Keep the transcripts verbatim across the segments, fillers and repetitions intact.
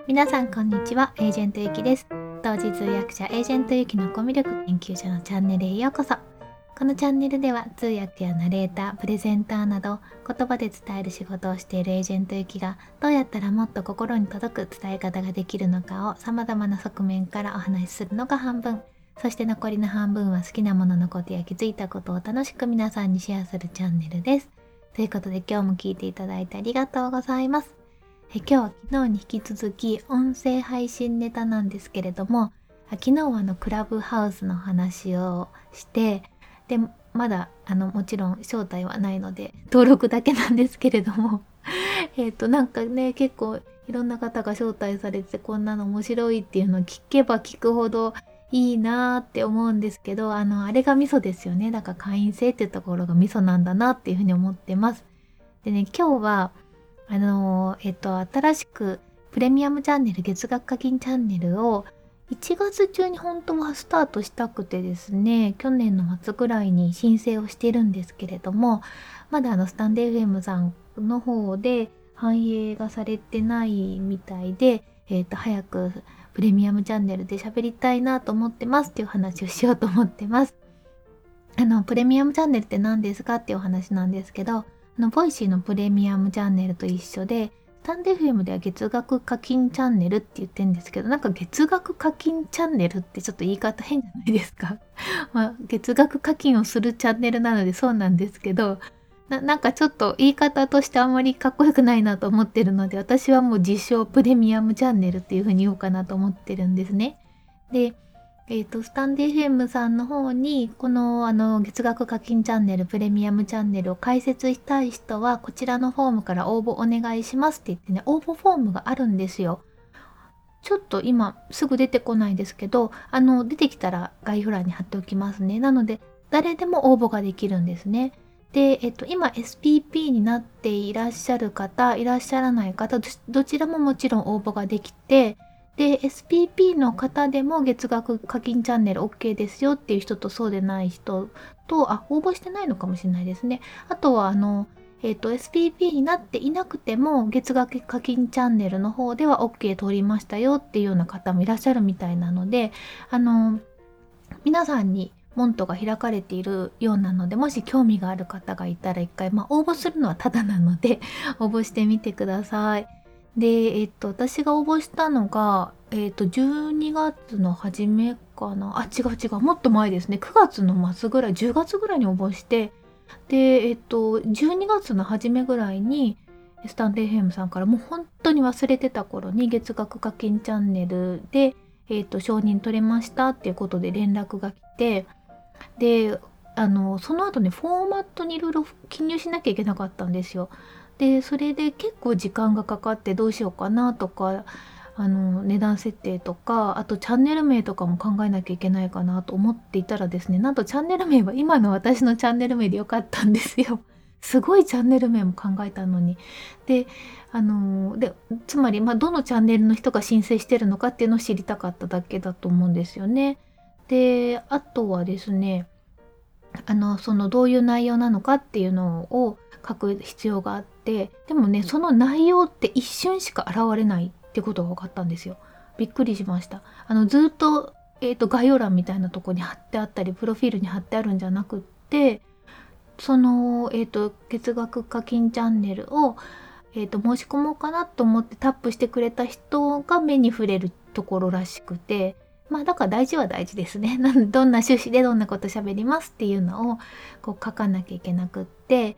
皆さんこんにちは、エージェントゆきです。同時通訳者エージェントゆきのコミュ力研究所のチャンネルへようこそ。このチャンネルでは通訳やナレーター、プレゼンターなど言葉で伝える仕事をしているエージェントゆきがどうやったらもっと心に届く伝え方ができるのかを様々な側面からお話しするのが半分、そして残りの半分は好きなもののことや気づいたことを楽しく皆さんにシェアするチャンネルです。ということで今日も聞いていただいてありがとうございます。え今日は昨日に引き続き音声配信ネタなんですけれども、昨日はあのクラブハウスの話をして、でまだあのもちろん招待はないので登録だけなんですけれどもえっとなんかね、結構いろんな方が招待されてこんなの面白いっていうのを聞けば聞くほどいいなーって思うんですけど、あのあれがミソですよね。だから会員制っていうところがミソなんだなっていうふうに思ってます。でね、今日はあのー、えっと新しくプレミアムチャンネル、月額課金チャンネルをいちがつ中に本当はスタートしたくてですね、去年の末ぐらいに申請をしているんですけれども、まだあのスタンド エフエム さんの方で反映がされてないみたいで、えっと早くプレミアムチャンネルで喋りたいなと思ってますっていう話をしようと思ってます。あのプレミアムチャンネルって何ですかっていうお話なんですけど、あのボイシーのプレミアムチャンネルと一緒で、スタンド エフエム では月額課金チャンネルって言ってるんですけど、なんか月額課金チャンネルってちょっと言い方変じゃないですかまあ月額課金をするチャンネルなのでそうなんですけど、な, なんかちょっと言い方としてあんまりかっこよくないなと思ってるので、私はもう自称プレミアムチャンネルっていう風に言おうかなと思ってるんですね。でえっと、スタンド エフエム さんの方に、この、あの、月額課金チャンネル、プレミアムチャンネルを開設したい人は、こちらのフォームから応募お願いしますって言ってね、応募フォームがあるんですよ。ちょっと今、すぐ出てこないですけど、あの、出てきたら概要欄に貼っておきますね。なので、誰でも応募ができるんですね。で、えっと、今 エスピーピー になっていらっしゃる方、いらっしゃらない方、どどちらももちろん応募ができて、で エスピーピー の方でも月額課金チャンネル OK ですよっていう人とそうでない人と、あ、応募してないのかもしれないですね。あとはあの、えっと エスピーピー になっていなくても月額課金チャンネルの方では OK 通りましたよっていうような方もいらっしゃるみたいなので、あの皆さんに門戸が開かれているようなので、もし興味がある方がいたら一回、まあ応募するのはタダなので応募してみてください。で、えっと、私が応募したのが、えっと、じゅうにがつの初めかな。あ、違う違う。もっと前ですね。くがつの末ぐらい、じゅうがつぐらいに応募して、で、えっと、じゅうにがつの初めぐらいに、スタンド エフエム さんからもう本当に忘れてた頃に月額課金チャンネルで、えっと、承認取れましたっていうことで連絡が来て、で、あの、その後ね、フォーマットにいろいろ記入しなきゃいけなかったんですよ。で、それで結構時間がかかってどうしようかなとか、あの、値段設定とか、あとチャンネル名とかも考えなきゃいけないかなと思っていたらですね、なんとチャンネル名は今の私のチャンネル名でよかったんですよ。すごいチャンネル名も考えたのに。で、あの、で、つまり、まあ、どのチャンネルの人が申請してるのかっていうのを知りたかっただけだと思うんですよね。で、あとはですね、あの、そのどういう内容なのかっていうのを書く必要があって、でもね、その内容って一瞬しか現れないってことが分かったんですよ。びっくりしました。あの、ずっと、えっと、概要欄みたいなとこに貼ってあったり、プロフィールに貼ってあるんじゃなくって、その、えっと、月額課金チャンネルを、えっと、申し込もうかなと思ってタップしてくれた人が目に触れるところらしくて、まあだから大事は大事ですね。なのでどんな趣旨でどんなこと喋りますっていうのをこう書かなきゃいけなくって、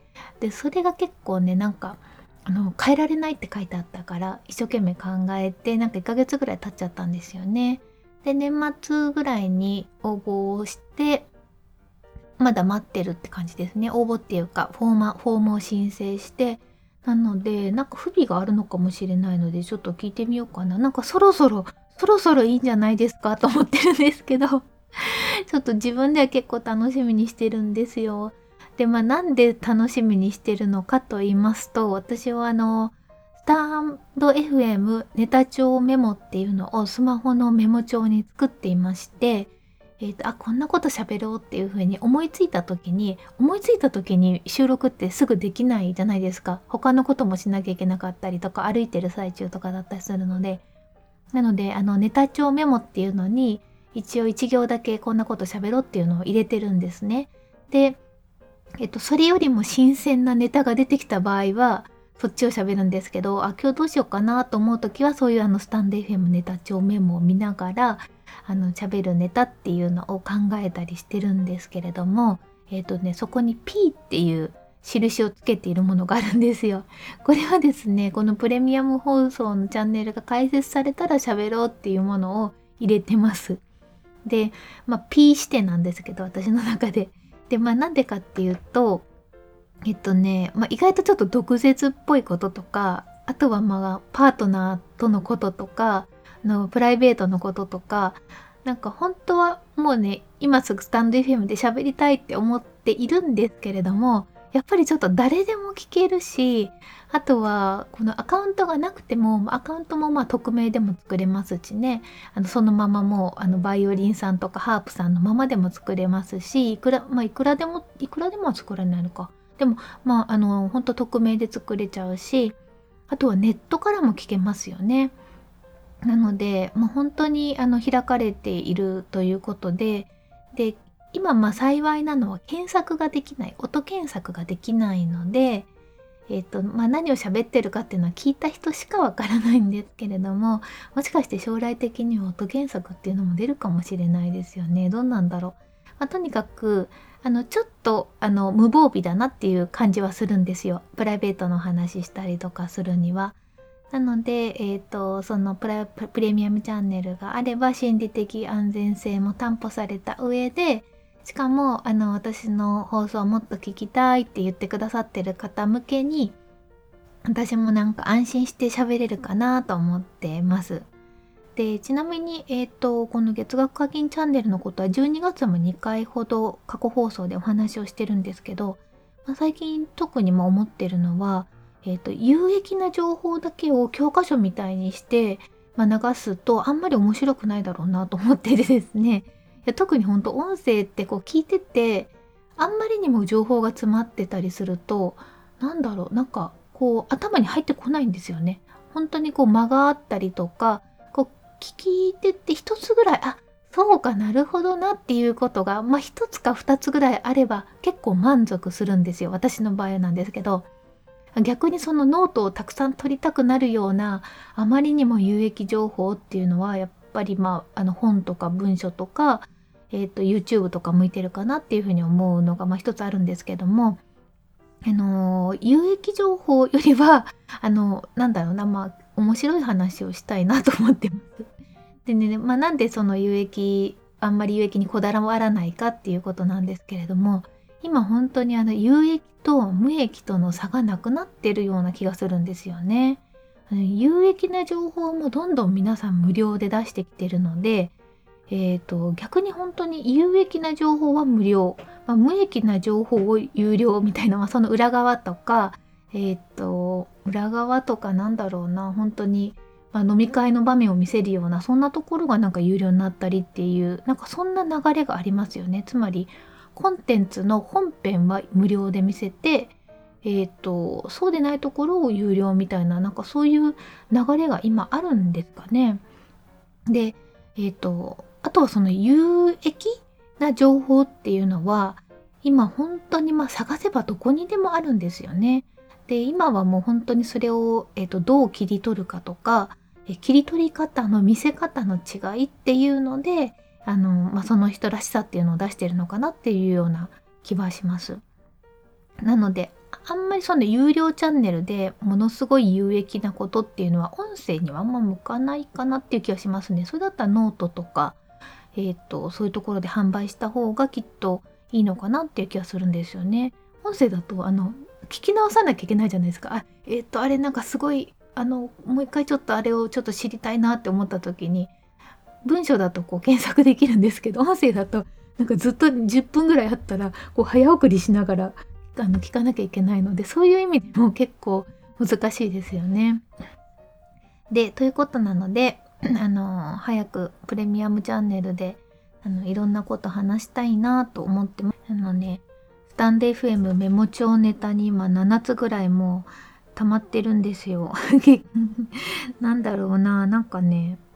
でそれが結構ね、なんかあの変えられないって書いてあったから一生懸命考えて、なんかいっかげつぐらい経っちゃったんですよね。で年末ぐらいに応募をしてまだ待ってるって感じですね。応募っていうかフォーマフォームを申請して、なのでなんか不備があるのかもしれないのでちょっと聞いてみようかな。なんかそろそろそろそろいいんじゃないですかと思ってるんですけどちょっと自分では結構楽しみにしてるんですよ。で、まあなんで楽しみにしてるのかと言いますと、私はあのスタンド エフエム ネタ帳メモっていうのをスマホのメモ帳に作っていまして、えっと、あ、こんなこと喋ろうっていう風に思いついた時に、思いついた時に収録ってすぐできないじゃないですか。他のこともしなきゃいけなかったりとか、歩いてる最中とかだったりするので。 なのであのネタ帳メモっていうのに一応いち行だけこんなこと喋ろうっていうのを入れてるんですね。で、えっと、それよりも新鮮なネタが出てきた場合はそっちを喋るんですけど、あ、今日どうしようかなと思う時はそういうあのスタンド エフエム ネタ帳メモを見ながらあの喋るネタっていうのを考えたりしてるんですけれども、えっとねそこに P っていう印をつけているものがあるんですよ。これはですね、このプレミアム放送のチャンネルが開設されたら喋ろうっていうものを入れてます。で、まあ P 視点なんですけど、私の中で。で、まあなんでかっていうと、えっとね、まあ、意外とちょっと毒舌っぽいこととか、あとはまあパートナーとのこととか、あのプライベートのこととか、なんか本当はもうね、今すぐスタンド エフエム で喋りたいって思っているんですけれども、やっぱりちょっと誰でも聞けるし、あとはこのアカウントがなくてもアカウントもまあ匿名でも作れますしね、あのそのままもうあのバイオリンさんとかハープさんのままでも作れますし、いくらまあいくらでもいくらでもは作れないのか。でもまああの本当匿名で作れちゃうし、あとはネットからも聞けますよね。なので、まあ、本当にあの開かれているということで、で今まあ幸いなのは検索ができない、音検索ができないので、えっとまあ、何を喋ってるかっていうのは聞いた人しかわからないんですけれども、もしかして将来的には音検索っていうのも出るかもしれないですよね。どうなんだろう。まあ、とにかくあのちょっとあの無防備だなっていう感じはするんですよ。プライベートの話したりとかするには。なので、えっと、そのプラプレミアムチャンネルがあれば心理的安全性も担保された上で、しかもあの私の放送をもっと聞きたいって言ってくださってる方向けに、私もなんか安心して喋れるかなと思ってます。で、ちなみに、えっと、この月額課金チャンネルのことはじゅうにがつもにかいほど過去放送でお話をしてるんですけど、まあ、最近特にも思ってるのは、えっと、有益な情報だけを教科書みたいにして、まあ、流すとあんまり面白くないだろうなと思っててですね。いや特に本当音声ってこう聞いてて、あんまりにも情報が詰まってたりすると、なんだろう、なんかこう頭に入ってこないんですよね。本当にこう間があったりとか、こう聞いてって一つぐらい、あ、そうかなるほどなっていうことが、まあ一つか二つぐらいあれば結構満足するんですよ。私の場合なんですけど。逆にそのノートをたくさん取りたくなるようなあまりにも有益情報っていうのはやっぱりまああの本とか文書とか、えーと YouTube とか向いてるかなっていうふうに思うのがまあ一つあるんですけども、あのー有益情報よりはあのなんだろうな、まあ面白い話をしたいなと思ってます。でね、まあなんでその有益あんまり有益にこだわらないかっていうことなんですけれども、今本当にあの有益と無益との差がなくなってるような気がするんですよね。有益な情報もどんどん皆さん無料で出してきてるので、えーと、逆に本当に有益な情報は無料、まあ、無益な情報を有料みたいな、まあ、その裏側とか、えーと、裏側とかなんだろうな、本当に、まあ、飲み会の場面を見せるような、そんなところがなんか有料になったりっていう、なんかそんな流れがありますよね。つまり、コンテンツの本編は無料で見せて、えっと、そうでないところを有料みたいな、なんかそういう流れが今あるんですかね。で、えっと、あとはその有益な情報っていうのは、今本当にまあ探せばどこにでもあるんですよね。で、今はもう本当にそれを、えっと、どう切り取るかとか、え切り取り方の見せ方の違いっていうので、あの、まあ、その人らしさっていうのを出してるのかなっていうような気はします。なので、あんまりその有料チャンネルでものすごい有益なことっていうのは音声にはあんま向かないかなっていう気がしますね。それだったらノートとか、えっと、そういうところで販売した方がきっといいのかなっていう気がするんですよね。音声だと、あの、聞き直さなきゃいけないじゃないですか。あ、えっと、あれなんかすごい、あの、もう一回ちょっとあれをちょっと知りたいなって思った時に、文章だとこう検索できるんですけど、音声だとなんかずっとじゅっぷんぐらいあったらこう早送りしながらあの聞かなきゃいけないので、そういう意味でも結構難しいですよね。で、ということなので、あの早くプレミアムチャンネルであのいろんなこと話したいなと思ってます。あのね、スタンド エフエム メモ帳ネタに今ななつぐらいもう溜まってるんですよ。なんだろうな、なんかね、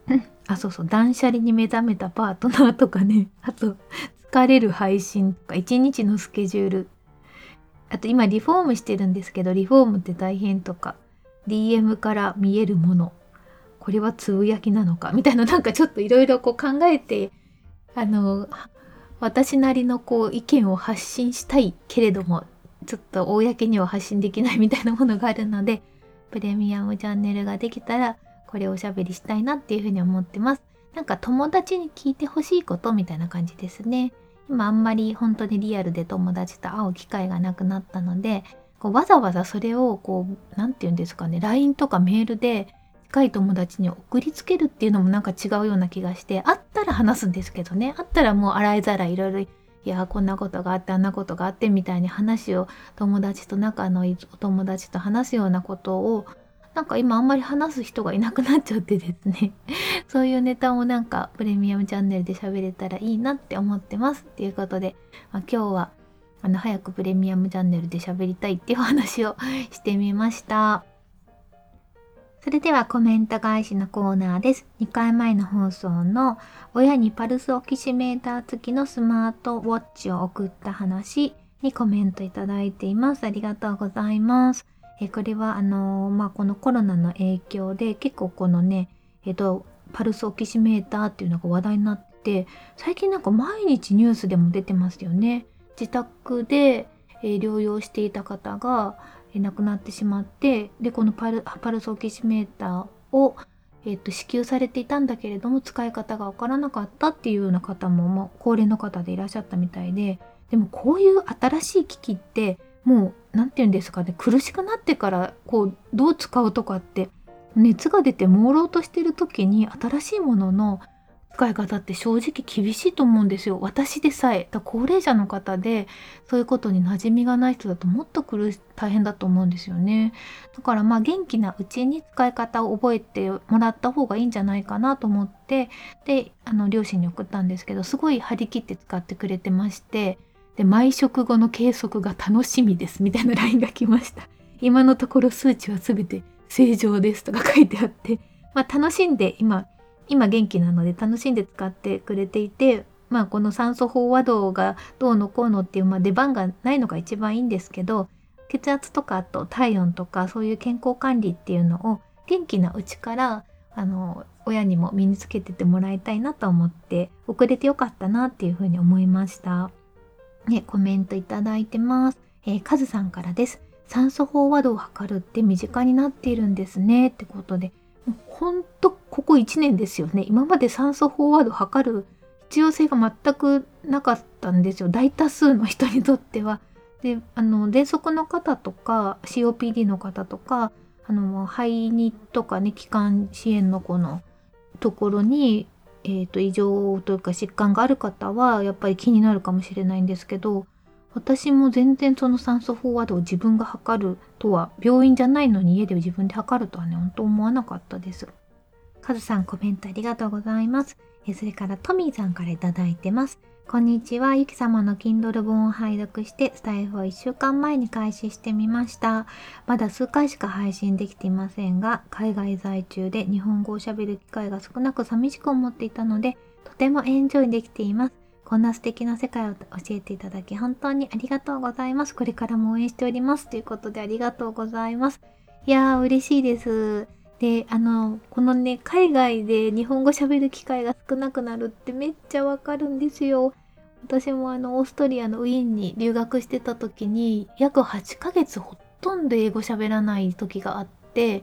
あ、そうそう、断捨離に目覚めたパートナーとかね、あと疲れる配信とか一日のスケジュール、あと今リフォームしてるんですけど、リフォームって大変とか、 ディーエム から見えるもの、これはつぶやきなのかみたいな、なんかちょっといろいろこう考えて、あの私なりのこう意見を発信したいけれども、ちょっと公には発信できないみたいなものがあるので、プレミアムチャンネルができたらこれをおしゃべりしたいなっていうふうに思ってます。なんか友達に聞いてほしいことみたいな感じですね。今あんまり本当にリアルで友達と会う機会がなくなったので、こうわざわざそれをこうなんて言うんですかね、 ライン とかメールで近い友達に送りつけるっていうのもなんか違うような気がして、あったら話すんですけどね、あったらもう洗いざらいいろいろ、いやこんなことがあってあんなことがあってみたいに話を、友達と仲のいいお友達と話すようなことを、なんか今あんまり話す人がいなくなっちゃってですねそういうネタもなんかプレミアムチャンネルで喋れたらいいなって思ってますっていうことで、まあ、今日はあの早くプレミアムチャンネルで喋りたいっていうお話をしてみました。それではコメント返しのコーナーです。にかいまえの放送の親にパルスオキシメーター付きのスマートウォッチを送った話にコメントいただいています。ありがとうございます。えこれはあのー、まあこのコロナの影響で結構このね、えっとパルスオキシメーターっていうのが話題になって、最近なんか毎日ニュースでも出てますよね。自宅で、えー療養していた方が亡くなってしまって、でこのパル、パルスオキシメーターを、えっと支給されていたんだけれども使い方がわからなかったっていうような方も、まあ、高齢の方でいらっしゃったみたいで、でもこういう新しい機器ってもうなんて言うんですかね、苦しくなってからこうどう使うとかって、熱が出て朦朧としてる時に新しいものの使い方って正直厳しいと思うんですよ。私でさえ、だ高齢者の方でそういうことに馴染みがない人だともっと苦し大変だと思うんですよね。だからまあ元気なうちに使い方を覚えてもらった方がいいんじゃないかなと思って、であの両親に送ったんですけど、すごい張り切って使ってくれてまして、で毎食後の計測が楽しみですみたいな ライン が来ました。今のところ数値は全て正常ですとか書いてあって、まあ楽しんで今今元気なので楽しんで使ってくれていて、まあこの酸素飽和度がどうのこうのっていう、まあ、出番がないのが一番いいんですけど、血圧とかあと体温とかそういう健康管理っていうのを元気なうちからあの親にも身につけててもらいたいなと思って、遅れてよかったなっていうふうに思いました。ね、コメントいただいてます。えー、カズさんからです。酸素飽和度を測るって身近になっているんですねってことで、ほんとここいちねんですよね。今まで酸素飽和度を測る必要性が全くなかったんですよ、大多数の人にとっては。で、あの喘息の方とか シーオーピーディー の方とか、あの肺にとかね、気管支炎のこのところに、えー、と異常というか疾患がある方はやっぱり気になるかもしれないんですけど、私も全然その酸素飽和度を自分が測るとは、病院じゃないのに家で自分で測るとはね、本当思わなかったです。カズさんコメントありがとうございます。えそれからトミーさんからいただいてます。こんにちは。ゆき様の Kindle 本を拝読してスタイフをいっしゅうかんまえに開始してみました。まだ数回しか配信できていませんが、海外在中で日本語を喋る機会が少なく寂しく思っていたので、とてもエンジョイできています。こんな素敵な世界を教えていただき本当にありがとうございます。これからも応援しております。ということでありがとうございます。いやー嬉しいです。で、あの、このね、海外で日本語喋る機会が少なくなるってめっちゃわかるんですよ。私もあの、オーストリアのウィーンに留学してた時に、約はちかげつほとんど英語喋らない時があって、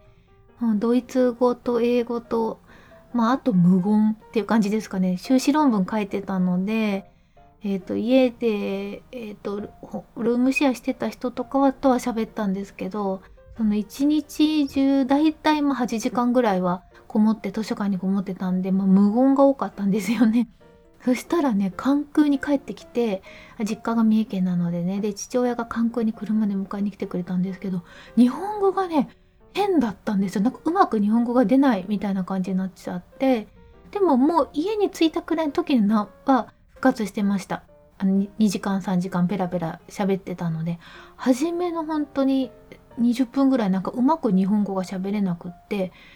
ドイツ語と英語と、まあ、あと無言っていう感じですかね。修士論文書いてたので、えっと、家で、えっと、ルームシェアしてた人とかはとは喋ったんですけど、その一日中だいたいまあはちじかんぐらいはこもって図書館にこもってたんで、まあ、無言が多かったんですよね。そしたらね、関空に帰ってきて、実家が三重県なのでね、で父親が関空に車で迎えに来てくれたんですけど、日本語がね変だったんですよ。なんかうまく日本語が出ないみたいな感じになっちゃって、でももう家に着いたくらいの時には復活してました。あのにじかんさんじかんペラペラ喋ってたので、初めの本当ににじゅっぷんぐらいなんかうまく日本語が喋れなくって、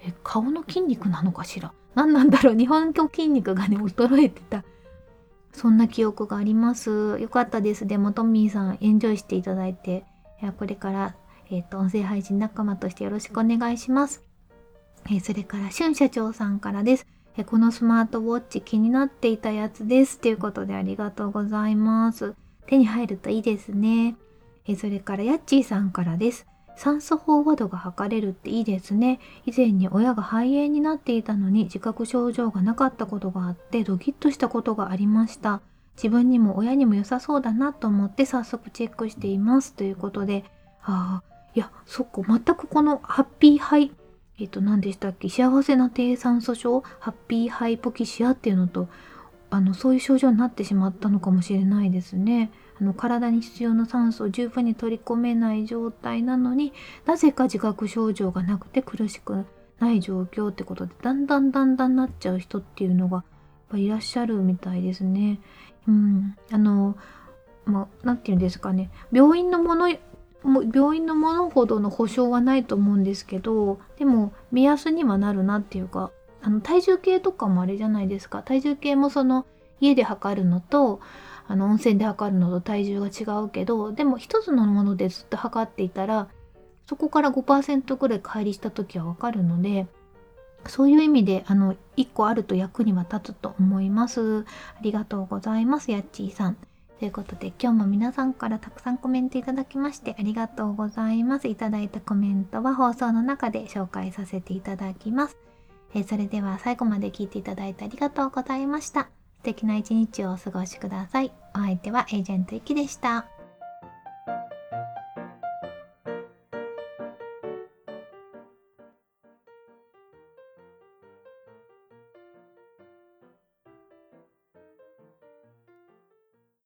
え顔の筋肉なのかしら、何なんだろう、日本の筋肉がね衰えてた、そんな記憶があります。よかったです。でもトミーさんエンジョイしていただいて、いやこれからえっ、と音声配信仲間としてよろしくお願いします。えーそれからしゅん社長さんからです。えーこのスマートウォッチ気になっていたやつですということで、ありがとうございます。手に入るといいですね。えーそれからやっちーさんからです。酸素飽和度が測れるっていいですね。以前に親が肺炎になっていたのに自覚症状がなかったことがあってドキッとしたことがありました。自分にも親にも良さそうだなと思って早速チェックしていますということで、ああ、いやそっか、全くこのハッピーハイえっと何でしたっけ、幸せな低酸素症ハッピーハイポキシアっていうのと、あのそういう症状になってしまったのかもしれないですね。あの体に必要な酸素を十分に取り込めない状態なのに、なぜか自覚症状がなくて苦しくない状況ってことで、だんだんだんだんなっちゃう人っていうのがやっぱいらっしゃるみたいですね。うん、あのまあなんていうんですかね、病院のものもう病院のものほどの保証はないと思うんですけど、でも目安にはなるなっていうか、あの体重計とかもあれじゃないですか。体重計もその家で測るのとあの温泉で測るのと体重が違うけど、でも一つのものでずっと測っていたらそこから ごパーセント ぐらい乖離した時はわかるので、そういう意味であのいっこあると役には立つと思います。ありがとうございます、やっちーさん。ということで今日も皆さんからたくさんコメントいただきましてありがとうございます。いただいたコメントは放送の中で紹介させていただきます。えーそれでは最後まで聞いていただいてありがとうございました。素敵な一日をお過ごしください。お相手はエージェントゆきでした。